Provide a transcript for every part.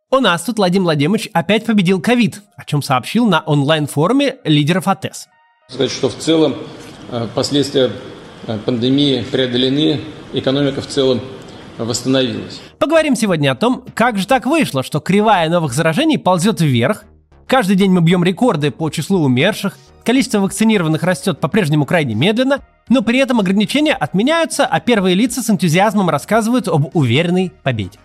У нас тут Владимир Владимирович опять победил ковид, о чем сообщил на онлайн-форуме лидеров АТЭС. Сказать, что в целом последствия пандемии преодолены, экономика в целом восстановилась. Поговорим сегодня о том, как же так вышло, что кривая новых заражений ползет вверх. Каждый день мы бьем рекорды по числу умерших, количество вакцинированных растет по-прежнему крайне медленно, но при этом ограничения отменяются, а первые лица с энтузиазмом рассказывают об уверенной победе.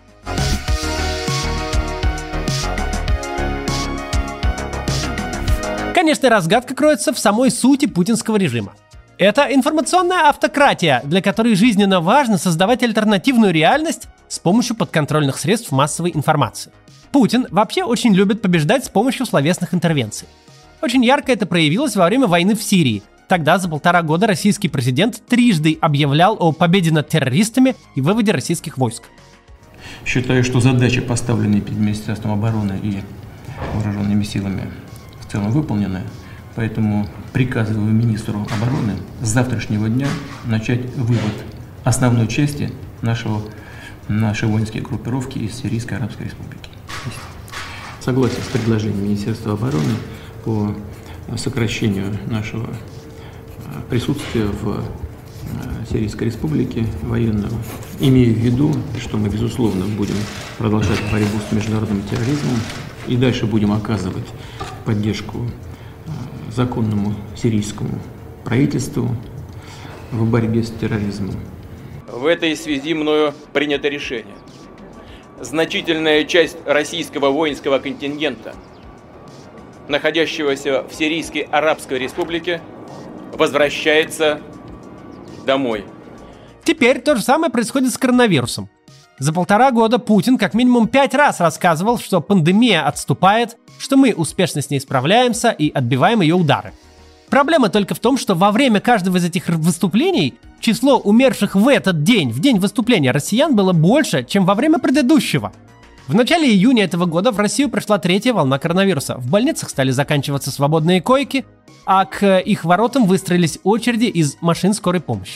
Конечно, разгадка кроется в самой сути путинского режима. Это информационная автократия, для которой жизненно важно создавать альтернативную реальность с помощью подконтрольных средств массовой информации. Путин вообще очень любит побеждать с помощью словесных интервенций. Очень ярко это проявилось во время войны в Сирии. Тогда за 1,5 года российский президент трижды объявлял о победе над террористами и выводе российских войск. Считаю, что задачи, поставленные перед Министерством обороны и вооруженными силами, в целом выполнены. Поэтому приказываю министру обороны с завтрашнего дня начать вывод основной части нашей воинской группировки из Сирийской Арабской Республики. Согласен с предложением Министерства обороны по сокращению нашего присутствия в Сирийской Республике военного, имея в виду, что мы, безусловно, будем продолжать борьбу с международным терроризмом и дальше будем оказывать поддержку законному сирийскому правительству в борьбе с терроризмом. В этой связи мною принято решение. Значительная часть российского воинского контингента, находящегося в Сирийской Арабской Республике, возвращается домой. Теперь то же самое происходит с коронавирусом. За 1,5 года Путин как минимум 5 раз рассказывал, что пандемия отступает, что мы успешно с ней справляемся и отбиваем ее удары. Проблема только в том, что во время каждого из этих выступлений число умерших в этот день, в день выступления россиян, было больше, чем во время предыдущего. В начале июня этого года в Россию пришла 3-я волна коронавируса. В больницах стали заканчиваться свободные койки, а к их воротам выстроились очереди из машин скорой помощи.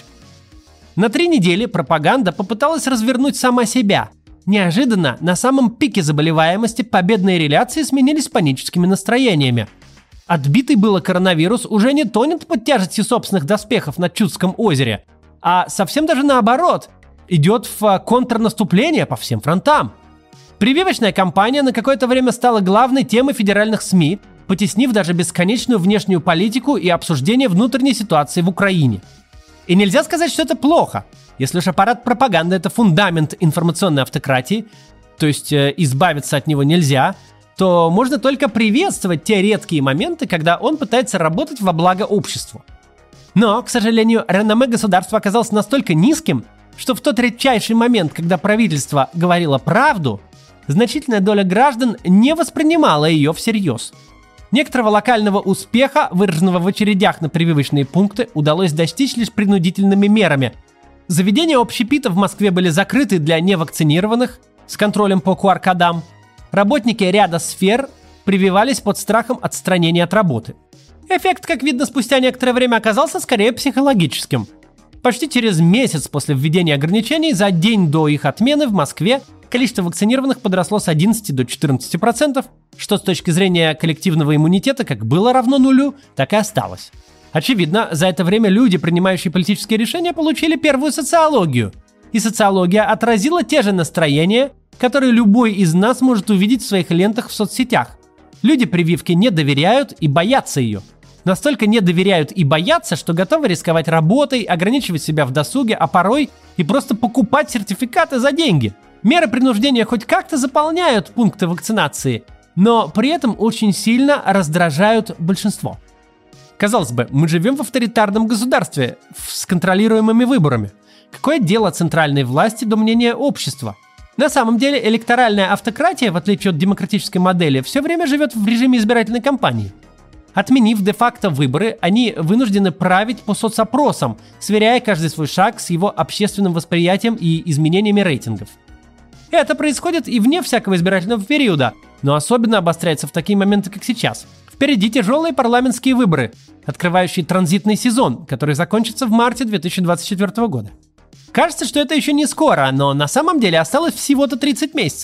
На 3 недели пропаганда попыталась развернуть сама себя. Неожиданно на самом пике заболеваемости победные реляции сменились паническими настроениями. Отбитый было коронавирус уже не тонет под тяжестью собственных доспехов на Чудском озере, а совсем даже наоборот, идет в контрнаступление по всем фронтам. Прививочная кампания на какое-то время стала главной темой федеральных СМИ, потеснив даже бесконечную внешнюю политику и обсуждение внутренней ситуации в Украине. И нельзя сказать, что это плохо. Если уж аппарат пропаганды – это фундамент информационной автократии, то есть избавиться от него нельзя, то можно только приветствовать те редкие моменты, когда он пытается работать во благо обществу. Но, к сожалению, реноме государства оказалось настолько низким, что в тот редчайший момент, когда правительство говорило правду, значительная доля граждан не воспринимала ее всерьез. Некоторого локального успеха, выраженного в очередях на прививочные пункты, удалось достичь лишь принудительными мерами. Заведения общепита в Москве были закрыты для невакцинированных с контролем по QR-кодам. Работники ряда сфер прививались под страхом отстранения от работы. Эффект, как видно, спустя некоторое время оказался скорее психологическим. Почти через месяц после введения ограничений, за день до их отмены в Москве количество вакцинированных подросло с 11 до 14%, что с точки зрения коллективного иммунитета как было равно нулю, так и осталось. Очевидно, за это время люди, принимающие политические решения, получили первую социологию. И социология отразила те же настроения, которые любой из нас может увидеть в своих лентах в соцсетях. Люди прививке не доверяют и боятся ее. Настолько не доверяют и боятся, что готовы рисковать работой, ограничивать себя в досуге, а порой и просто покупать сертификаты за деньги. Меры принуждения хоть как-то заполняют пункты вакцинации, но при этом очень сильно раздражают большинство. Казалось бы, мы живем в авторитарном государстве с контролируемыми выборами. Какое дело центральной власти до мнения общества? На самом деле электоральная автократия, в отличие от демократической модели, все время живет в режиме избирательной кампании. Отменив де-факто выборы, они вынуждены править по соцопросам, сверяя каждый свой шаг с его общественным восприятием и изменениями рейтингов. Это происходит и вне всякого избирательного периода, но особенно обостряется в такие моменты, как сейчас. Впереди тяжелые парламентские выборы, открывающие транзитный сезон, который закончится в марте 2024 года. Кажется, что это еще не скоро, но на самом деле осталось всего-то 30 месяцев.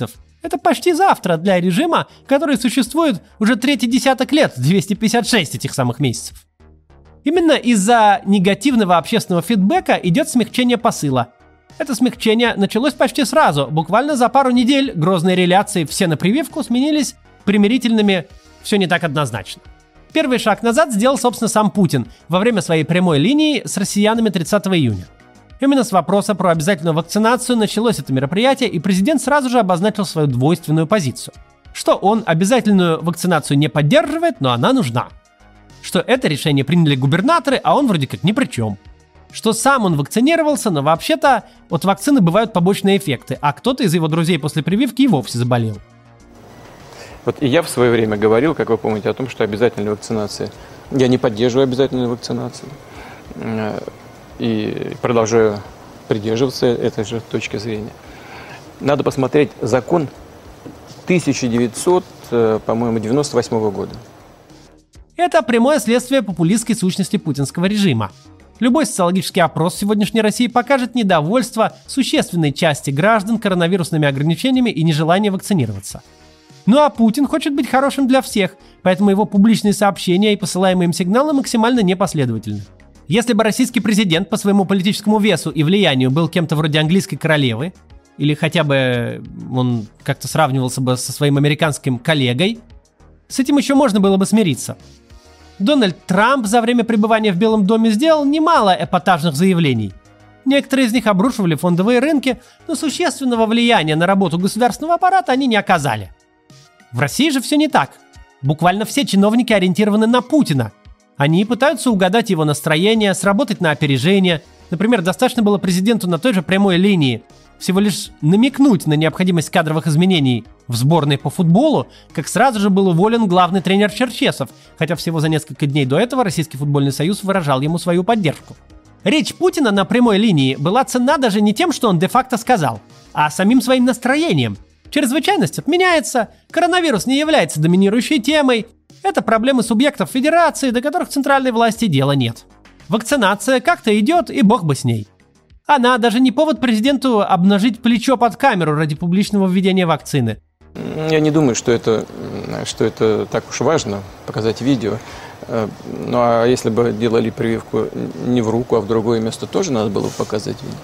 Это почти завтра для режима, который существует уже третий десяток лет, 256 этих самых месяцев. Именно из-за негативного общественного фидбэка идет смягчение посыла. Это смягчение началось почти сразу, буквально за пару недель грозные реляции «все на прививку» сменились примирительными «все не так однозначно». Первый шаг назад сделал, собственно, сам Путин во время своей прямой линии с россиянами 30 июня. Именно с вопроса про обязательную вакцинацию началось это мероприятие, и президент сразу же обозначил свою двойственную позицию. Что он обязательную вакцинацию не поддерживает, но она нужна. Что это решение приняли губернаторы, а он вроде как ни при чем. Что сам он вакцинировался, но вообще-то от вакцины бывают побочные эффекты, а кто-то из его друзей после прививки и вовсе заболел. Вот и я в свое время говорил, как вы помните, о том, что обязательная вакцинация. Я не поддерживаю обязательную вакцинацию. И продолжаю придерживаться этой же точки зрения. Надо посмотреть закон 1998 года. Это прямое следствие популистской сущности путинского режима. Любой социологический опрос в сегодняшней России покажет недовольство существенной части граждан коронавирусными ограничениями и нежелание вакцинироваться. Ну а Путин хочет быть хорошим для всех, поэтому его публичные сообщения и посылаемые им сигналы максимально непоследовательны. Если бы российский президент по своему политическому весу и влиянию был кем-то вроде английской королевы, или хотя бы он как-то сравнивался бы со своим американским коллегой, с этим еще можно было бы смириться. Дональд Трамп за время пребывания в Белом доме сделал немало эпатажных заявлений. Некоторые из них обрушивали фондовые рынки, но существенного влияния на работу государственного аппарата они не оказали. В России же все не так. Буквально все чиновники ориентированы на Путина. Они пытаются угадать его настроение, сработать на опережение. Например, достаточно было президенту на той же прямой линии всего лишь намекнуть на необходимость кадровых изменений в сборной по футболу, как сразу же был уволен главный тренер Черчесов, хотя всего за несколько дней до этого Российский футбольный союз выражал ему свою поддержку. Речь Путина на прямой линии была ценна даже не тем, что он де-факто сказал, а самим своим настроением. Чрезвычайность отменяется, коронавирус не является доминирующей темой, это проблемы субъектов федерации, до которых центральной власти дела нет. Вакцинация как-то идет, и бог бы с ней. Она даже не повод президенту обнажить плечо под камеру ради публичного введения вакцины. Я не думаю, что это так уж важно, показать видео. Ну а если бы делали прививку не в руку, а в другое место, тоже надо было бы показать видео.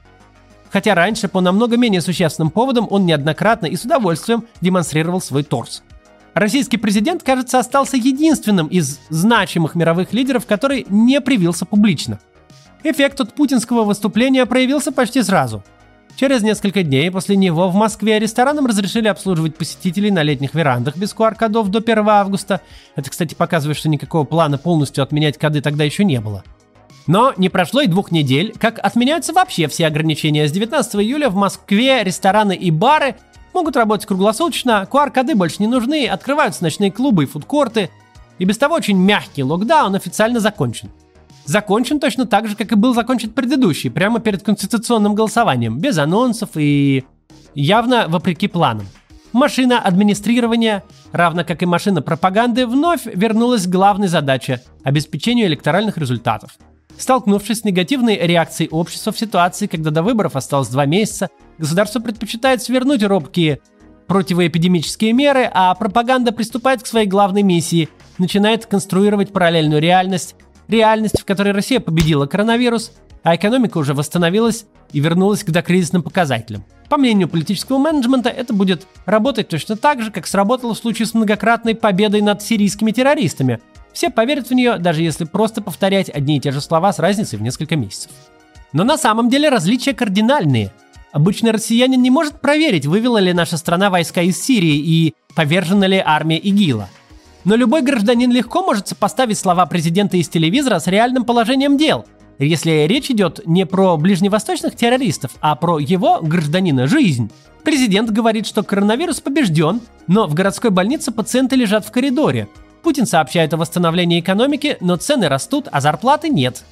Хотя раньше по намного менее существенным поводам он неоднократно и с удовольствием демонстрировал свой торс. Российский президент, кажется, остался единственным из значимых мировых лидеров, который не привился публично. Эффект от путинского выступления проявился почти сразу. Через несколько дней после него в Москве ресторанам разрешили обслуживать посетителей на летних верандах без QR-кодов до 1 августа. Это, кстати, показывает, что никакого плана полностью отменять коды тогда еще не было. Но не прошло и 2 недель, как отменяются вообще все ограничения. С 19 июля в Москве рестораны и бары могут работать круглосуточно, QR-коды больше не нужны, открываются ночные клубы и фудкорты. И без того очень мягкий локдаун официально закончен. Закончен точно так же, как и был закончен предыдущий, прямо перед конституционным голосованием, без анонсов и явно вопреки планам. Машина администрирования, равно как и машина пропаганды, вновь вернулась к главной задаче – обеспечению электоральных результатов. Столкнувшись с негативной реакцией общества в ситуации, когда до выборов осталось 2 месяца, государство предпочитает свернуть робкие противоэпидемические меры, а пропаганда приступает к своей главной миссии – начинает конструировать параллельную реальность, в которой Россия победила коронавирус, а экономика уже восстановилась и вернулась к докризисным показателям. По мнению политического менеджмента, это будет работать точно так же, как сработало в случае с многократной победой над сирийскими террористами. Все поверят в нее, даже если просто повторять одни и те же слова с разницей в несколько месяцев. Но на самом деле различия кардинальные. Обычный россиянин не может проверить, вывела ли наша страна войска из Сирии и повержена ли армия ИГИЛа. Но любой гражданин легко может сопоставить слова президента из телевизора с реальным положением дел, если речь идет не про ближневосточных террористов, а про его, гражданина, жизнь. Президент говорит, что коронавирус побежден, но в городской больнице пациенты лежат в коридоре. Путин сообщает о восстановлении экономики, но цены растут, а зарплаты нет.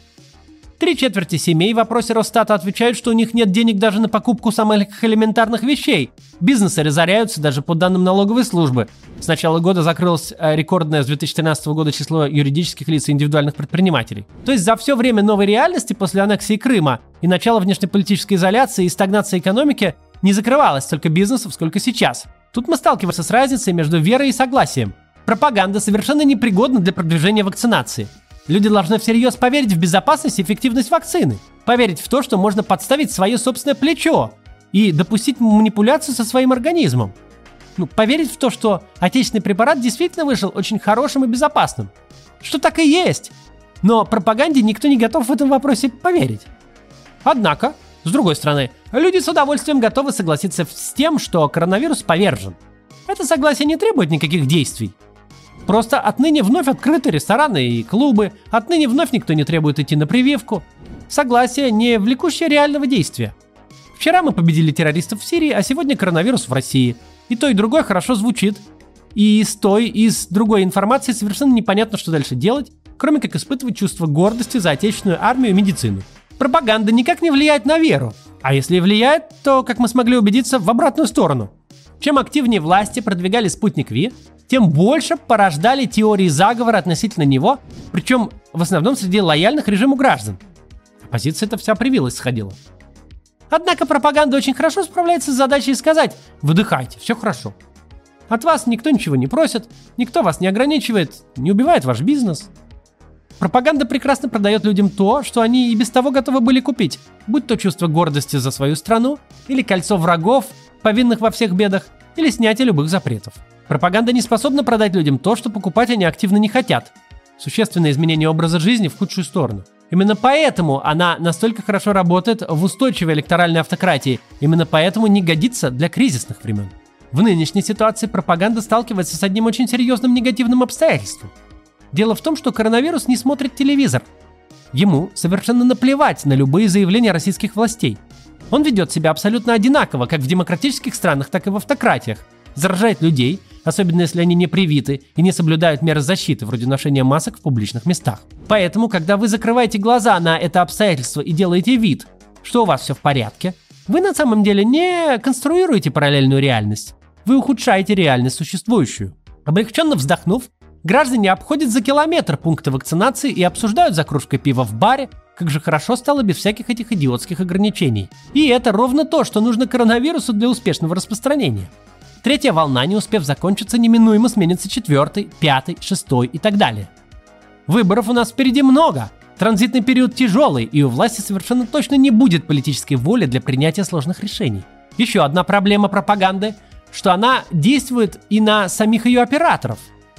3/4 семей в опросе Росстата отвечают, что у них нет денег даже на покупку самых элементарных вещей. Бизнесы разоряются даже по данным налоговой службы. С начала года закрылось рекордное с 2013 года число юридических лиц и индивидуальных предпринимателей. То есть за все время новой реальности после аннексии Крыма и начала внешнеполитической изоляции и стагнации экономики не закрывалось столько бизнесов, сколько сейчас. Тут мы сталкиваемся с разницей между верой и согласием. Пропаганда совершенно непригодна для продвижения вакцинации. Люди должны всерьез поверить в безопасность и эффективность вакцины, поверить в то, что можно подставить свое собственное плечо и допустить манипуляцию со своим организмом. Поверить в то, что отечественный препарат действительно вышел очень хорошим и безопасным. Что так и есть. Но пропаганде никто не готов в этом вопросе поверить. Однако, с другой стороны, люди с удовольствием готовы согласиться с тем, что коронавирус повержен. Это согласие не требует никаких действий. Просто отныне вновь открыты рестораны и клубы, отныне вновь никто не требует идти на прививку. Согласие, не влекущее реального действия. Вчера мы победили террористов в Сирии, а сегодня коронавирус в России. И то, и другое хорошо звучит. И с той, и с другой информацией совершенно непонятно, что дальше делать, кроме как испытывать чувство гордости за отечественную армию и медицину. Пропаганда никак не влияет на веру. А если и влияет, то, как мы смогли убедиться, в обратную сторону. Чем активнее власти продвигали спутник Ви, тем больше порождали теории заговора относительно него, причем в основном среди лояльных режиму граждан. Оппозиция-то вся привилась сходила. Однако пропаганда очень хорошо справляется с задачей сказать: выдыхайте, все хорошо. От вас никто ничего не просит, никто вас не ограничивает, не убивает ваш бизнес. Пропаганда прекрасно продает людям то, что они и без того готовы были купить, будь то чувство гордости за свою страну, или кольцо врагов, повинных во всех бедах, или снятие любых запретов. Пропаганда не способна продать людям то, что покупать они активно не хотят. Существенное изменение образа жизни в худшую сторону. Именно поэтому она настолько хорошо работает в устойчивой электоральной автократии. Именно поэтому не годится для кризисных времен. В нынешней ситуации пропаганда сталкивается с одним очень серьезным негативным обстоятельством. Дело в том, что коронавирус не смотрит телевизор. Ему совершенно наплевать на любые заявления российских властей. Он ведет себя абсолютно одинаково, как в демократических странах, так и в автократиях. Заражает людей, особенно если они не привиты и не соблюдают меры защиты, вроде ношения масок в публичных местах. Поэтому, когда вы закрываете глаза на это обстоятельство и делаете вид, что у вас все в порядке, вы на самом деле не конструируете параллельную реальность. Вы ухудшаете реальность существующую. Облегченно вздохнув, граждане обходят за километр пункты вакцинации и обсуждают за кружкой пива в баре, как же хорошо стало без всяких этих идиотских ограничений. И это ровно то, что нужно коронавирусу для успешного распространения. Третья волна, не успев закончиться, неминуемо сменится 4-й, 5-й, 6-й и так далее. Выборов у нас впереди много. Транзитный период тяжелый, и у власти совершенно точно не будет политической воли для принятия сложных решений. Еще одна проблема пропаганды, что она действует и на самих ее операторов.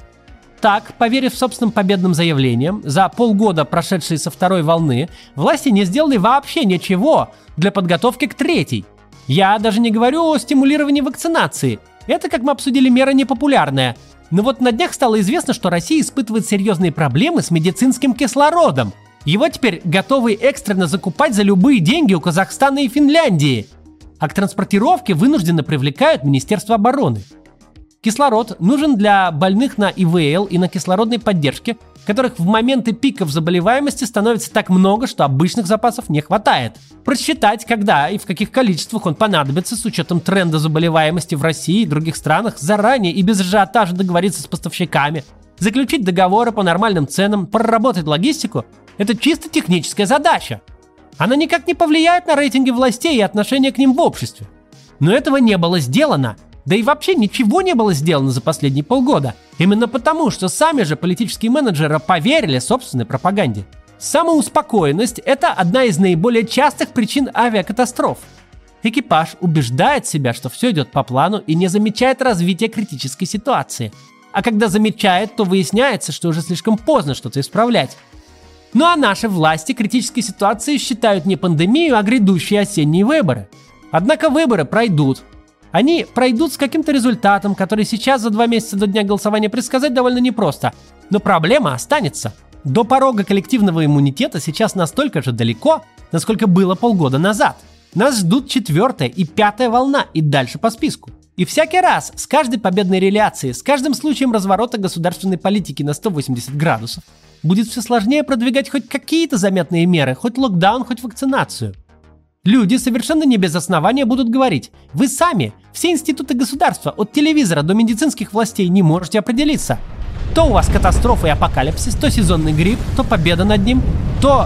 Так, поверив собственным победным заявлениям, за полгода, прошедшие со второй волны, власти не сделали вообще ничего для подготовки к третьей. Я даже не говорю о стимулировании вакцинации. Это, как мы обсудили, мера непопулярная. Но вот на днях стало известно, что Россия испытывает серьезные проблемы с медицинским кислородом. Его теперь готовы экстренно закупать за любые деньги у Казахстана и Финляндии. А к транспортировке вынужденно привлекают Министерство обороны. Кислород нужен для больных на ИВЛ и на кислородной поддержке, которых в моменты пиков заболеваемости становится так много, что обычных запасов не хватает. Просчитать, когда и в каких количествах он понадобится с учетом тренда заболеваемости в России и других странах, заранее и без ажиотажа договориться с поставщиками, заключить договоры по нормальным ценам, проработать логистику – это чисто техническая задача. Она никак не повлияет на рейтинги властей и отношение к ним в обществе. Но этого не было сделано. Да и вообще ничего не было сделано за последние полгода. Именно потому, что сами же политические менеджеры поверили собственной пропаганде. Самоуспокоенность – это одна из наиболее частых причин авиакатастроф. Экипаж убеждает себя, что все идет по плану и не замечает развития критической ситуации. А когда замечает, то выясняется, что уже слишком поздно что-то исправлять. Ну а наши власти критической ситуацией считают не пандемию, а грядущие осенние выборы. Однако выборы пройдут. Они пройдут с каким-то результатом, который сейчас за 2 месяца до дня голосования предсказать довольно непросто. Но проблема останется. До порога коллективного иммунитета сейчас настолько же далеко, насколько было полгода назад. Нас ждут 4-я и 5-я волна и дальше по списку. И всякий раз, с каждой победной реляцией, с каждым случаем разворота государственной политики на 180 градусов, будет все сложнее продвигать хоть какие-то заметные меры, хоть локдаун, хоть вакцинацию. Люди совершенно не без основания будут говорить: вы сами, все институты государства, от телевизора до медицинских властей, не можете определиться. То у вас катастрофа и апокалипсис, то сезонный грипп, то победа над ним, то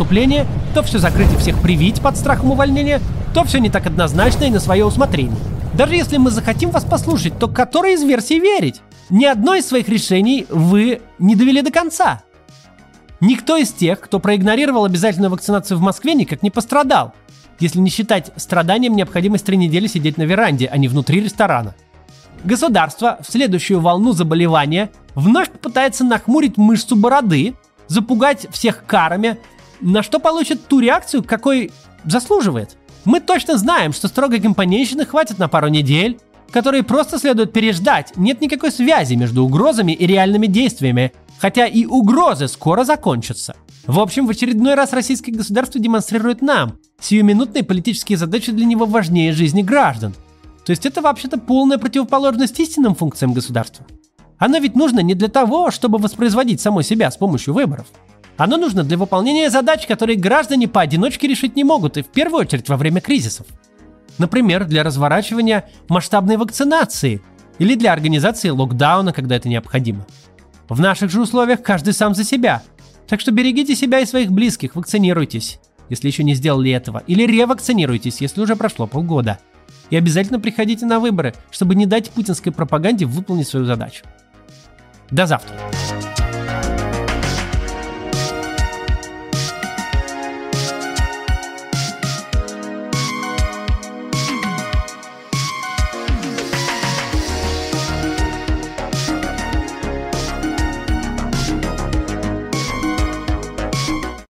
контрнаступление, то все закрыть и всех привить под страхом увольнения, то все не так однозначно и на свое усмотрение. Даже если мы захотим вас послушать, то которой из версий верить? Ни одно из своих решений вы не довели до конца. Никто из тех, кто проигнорировал обязательную вакцинацию в Москве, никак не пострадал, если не считать страданием необходимость 3 недели сидеть на веранде, а не внутри ресторана. Государство в следующую волну заболевания вновь попытается нахмурить мышцу бороды, запугать всех карами, на что получит ту реакцию, какой заслуживает. Мы точно знаем, что строгой компанейщины хватит на пару недель, которые просто следует переждать. Нет никакой связи между угрозами и реальными действиями, хотя и угрозы скоро закончатся. В общем, в очередной раз российское государство демонстрирует нам: сиюминутные политические задачи для него важнее жизни граждан. То есть это вообще-то полная противоположность истинным функциям государства. Оно ведь нужно не для того, чтобы воспроизводить само себя с помощью выборов. Оно нужно для выполнения задач, которые граждане поодиночке решить не могут, и в первую очередь во время кризисов. Например, для разворачивания масштабной вакцинации или для организации локдауна, когда это необходимо. В наших же условиях каждый сам за себя. Так что берегите себя и своих близких, вакцинируйтесь, если еще не сделали этого, или ревакцинируйтесь, если уже прошло полгода. И обязательно приходите на выборы, чтобы не дать путинской пропаганде выполнить свою задачу. До завтра.